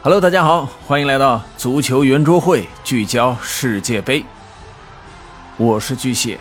Hello， 大家好，欢迎来到足球圆桌会，聚焦世界杯。我是巨蟹。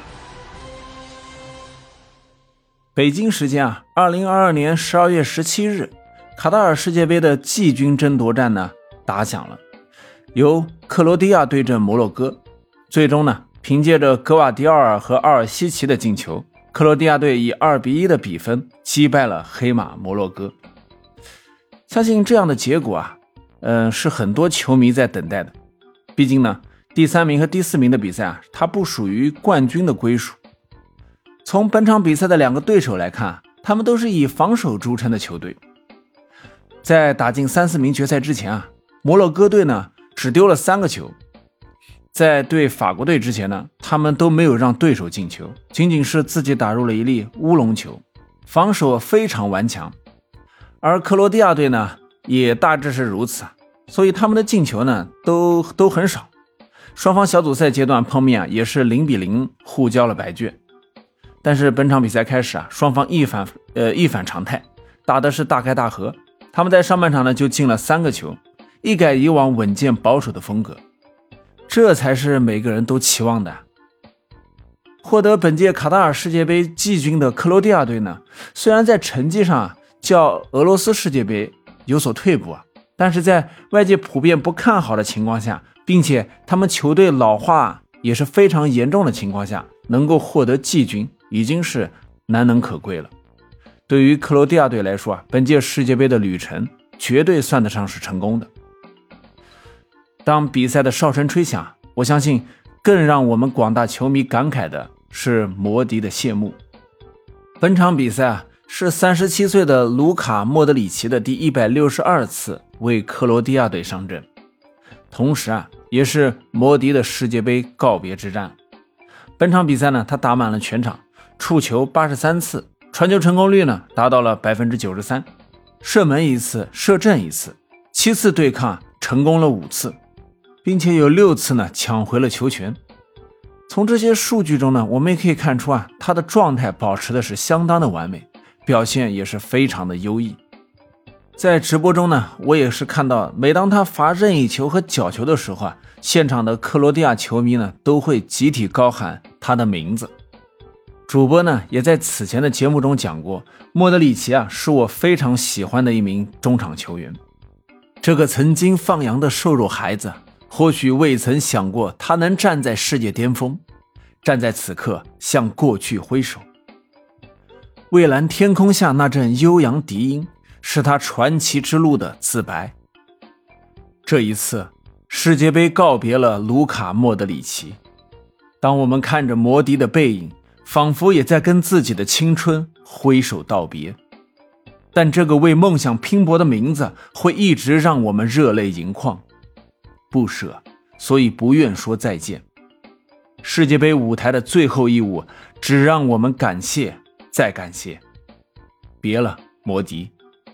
北京时间2022年12月17日，卡塔尔世界杯的季军争夺战呢打响了，由克罗地亚对阵摩洛哥。最终呢，凭借着格瓦迪奥尔和奥尔西奇的进球，克罗地亚队以2-1的比分击败了黑马摩洛哥。相信这样的结果是很多球迷在等待的。毕竟呢，第3名和第4名的比赛它不属于冠军的归属。从本场比赛的2个对手来看，他们都是以防守著称的球队。在打进3-4名决赛之前摩洛哥队呢只丢了3个球。在对法国队之前呢，他们都没有让对手进球，仅仅是自己打入了一粒乌龙球，防守非常顽强。而克罗地亚队呢也大致是如此，所以他们的进球呢都很少。双方小组赛阶段碰面也是0-0互交了白卷。但是本场比赛开始双方一反常态，打的是大开大合。他们在上半场呢就进了3个球，一改以往稳健保守的风格，这才是每个人都期望的。获得本届卡塔尔世界杯季军的克罗地亚队呢，虽然在成绩上较俄罗斯世界杯有所退步但是在外界普遍不看好的情况下，并且他们球队老化也是非常严重的情况下，能够获得季军已经是难能可贵了。对于克罗地亚队来说本届世界杯的旅程绝对算得上是成功的。当比赛的哨声吹响，我相信更让我们广大球迷感慨的是摩迪的谢幕。本场比赛是37岁的卢卡·莫德里奇的第162次为克罗地亚队上阵，同时也是摩迪的世界杯告别之战。本场比赛呢，他打满了全场，触球83次，传球成功率呢达到了 93%， 射门1次，射正1次，7次对抗成功了5次，并且有6次呢抢回了球权。从这些数据中呢，我们也可以看出他的状态保持的是相当的完美，表现也是非常的优异。在直播中呢，我也是看到每当他罚任意球和角球的时候现场的克罗地亚球迷呢都会集体高喊他的名字。主播呢也在此前的节目中讲过，莫德里奇是我非常喜欢的一名中场球员。这个曾经放羊的瘦弱孩子或许未曾想过他能站在世界巅峰，站在此刻向过去挥手。蔚蓝天空下那阵悠扬笛音，是他传奇之路的自白。这一次世界杯告别了卢卡·莫德里奇，当我们看着摩迪的背影，仿佛也在跟自己的青春挥手道别。但这个为梦想拼搏的名字会一直让我们热泪盈眶，不舍，所以不愿说再见。世界杯舞台的最后一舞，只让我们感谢再感谢。别了，摩迪。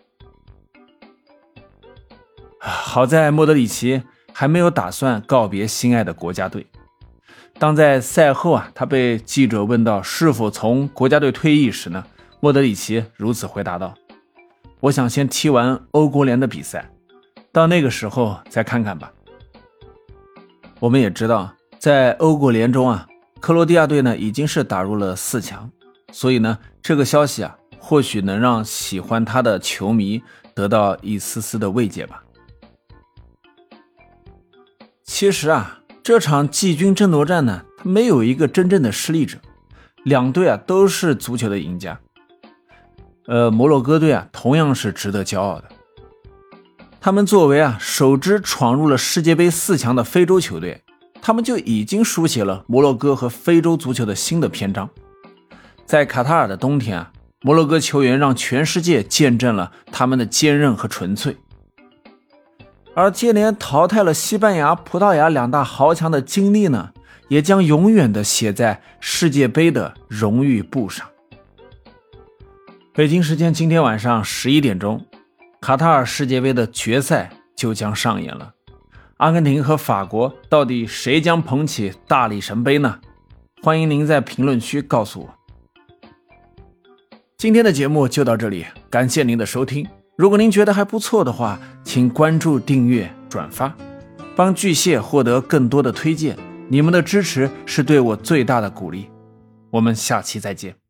好在莫德里奇还没有打算告别心爱的国家队。当在赛后他被记者问到是否从国家队退役时呢，莫德里奇如此回答道：我想先踢完欧国联的比赛，到那个时候再看看吧。我们也知道，在欧国联中克罗地亚队呢已经是打入了4强，所以呢这个消息或许能让喜欢他的球迷得到一丝丝的慰藉吧。其实这场季军争夺战呢，它没有一个真正的失利者，两队都是足球的赢家。摩洛哥队同样是值得骄傲的。他们作为首支闯入了世界杯4强的非洲球队，他们就已经书写了摩洛哥和非洲足球的新的篇章。在卡塔尔的冬天摩洛哥球员让全世界见证了他们的坚韧和纯粹。而接连淘汰了西班牙、葡萄牙2大豪强的经历呢，也将永远的写在世界杯的荣誉簿上。北京时间今天晚上11点钟，卡塔尔世界杯的决赛就将上演了。阿根廷和法国到底谁将捧起大力神杯呢？欢迎您在评论区告诉我。今天的节目就到这里，感谢您的收听。如果您觉得还不错的话，请请关注、订阅、转发，帮巨蟹获得更多的推荐。你们的支持是对我最大的鼓励。我们下期再见。